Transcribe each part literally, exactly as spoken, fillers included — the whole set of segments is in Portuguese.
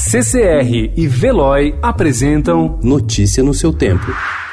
C C R e Veloy apresentam Notícia no seu tempo.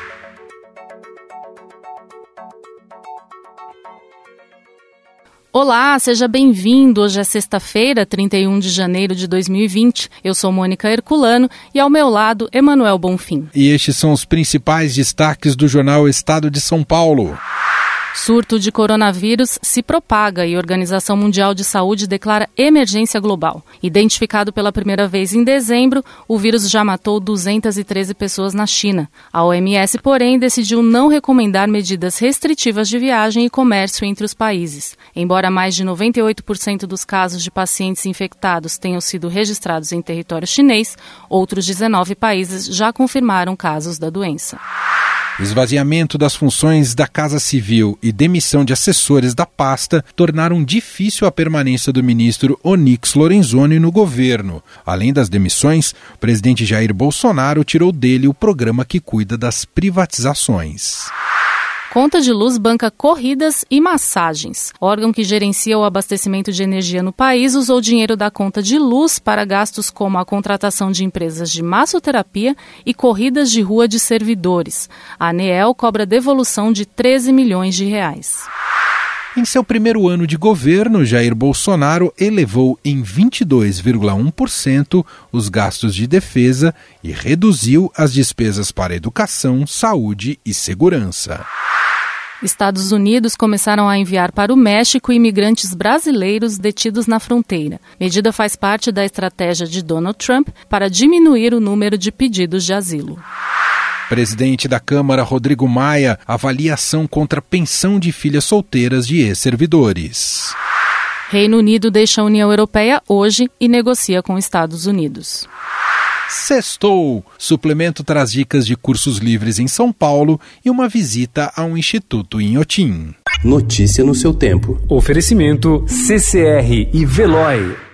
Olá, seja bem-vindo. Hoje é sexta-feira, trinta e um de janeiro de dois mil e vinte. Eu sou Mônica Herculano e ao meu lado, Emanuel Bonfim. E estes são os principais destaques do jornal Estado de São Paulo. Surto de coronavírus se propaga e a Organização Mundial de Saúde declara emergência global. Identificado pela primeira vez em dezembro, o vírus já matou duzentas e treze pessoas na China. A O M S, porém, decidiu não recomendar medidas restritivas de viagem e comércio entre os países. Embora mais de noventa e oito por cento dos casos de pacientes infectados tenham sido registrados em território chinês, outros dezenove países já confirmaram casos da doença. Esvaziamento das funções da Casa Civil e demissão de assessores da pasta tornaram difícil a permanência do ministro Onyx Lorenzoni no governo. Além das demissões, o presidente Jair Bolsonaro tirou dele o programa que cuida das privatizações. Conta de Luz banca corridas e massagens. O órgão que gerencia o abastecimento de energia no país usou dinheiro da conta de luz para gastos como a contratação de empresas de massoterapia e corridas de rua de servidores. A ANEEL cobra devolução de treze milhões de reais. Em seu primeiro ano de governo, Jair Bolsonaro elevou em vinte e dois vírgula um por cento os gastos de defesa e reduziu as despesas para educação, saúde e segurança. Estados Unidos começaram a enviar para o México imigrantes brasileiros detidos na fronteira. A medida faz parte da estratégia de Donald Trump para diminuir o número de pedidos de asilo. Presidente da Câmara, Rodrigo Maia, avalia ação contra pensão de filhas solteiras de ex-servidores. Reino Unido deixa a União Europeia hoje e negocia com Estados Unidos. Sextou! Suplemento traz dicas de cursos livres em São Paulo e uma visita a um instituto em Inhotim. Notícia no seu tempo. Oferecimento C C R e Veloy.